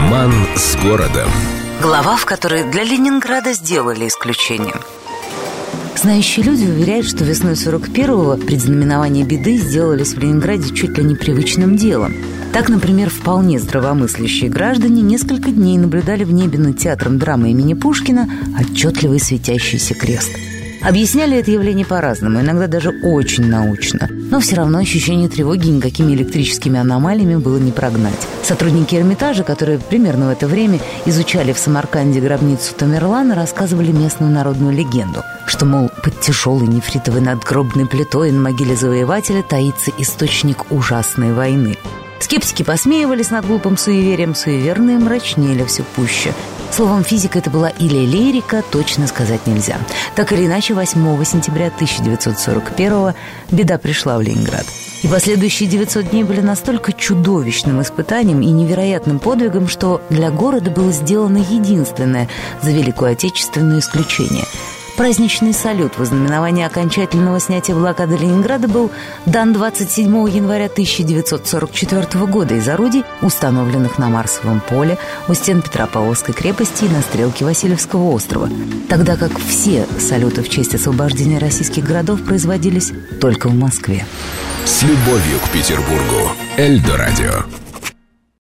Роман с городом. Глава, в которой для Ленинграда сделали исключение. Знающие люди уверяют, что весной 41-го предзнаменования беды сделались в Ленинграде чуть ли не привычным делом. Так, например, вполне здравомыслящие граждане несколько дней наблюдали в небе над театром драмы имени Пушкина отчетливый светящийся крест. Объясняли это явление по-разному, иногда даже очень научно. Но все равно ощущение тревоги никакими электрическими аномалиями было не прогнать. Сотрудники Эрмитажа, которые примерно в это время изучали в Самарканде гробницу Тамерлана, рассказывали местную народную легенду, что, мол, под тяжелой нефритовой надгробной плитой на могиле завоевателя таится источник ужасной войны. Скептики посмеивались над глупым суеверием, суеверные мрачнели все пуще. Словом, физика это была или лирика, точно сказать нельзя. Так или иначе, 8 сентября 1941-го беда пришла в Ленинград. И последующие 900 дней были настолько чудовищным испытанием и невероятным подвигом, что для города было сделано единственное за Великую Отечественную исключение. Праздничный салют в ознаменование окончательного снятия блокады Ленинграда был дан 27 января 1944 года из орудий, установленных на Марсовом поле, у стен Петропавловской крепости и на стрелке Васильевского острова, тогда как все салюты в честь освобождения российских городов производились только в Москве. С любовью к Петербургу. Эльдо радио.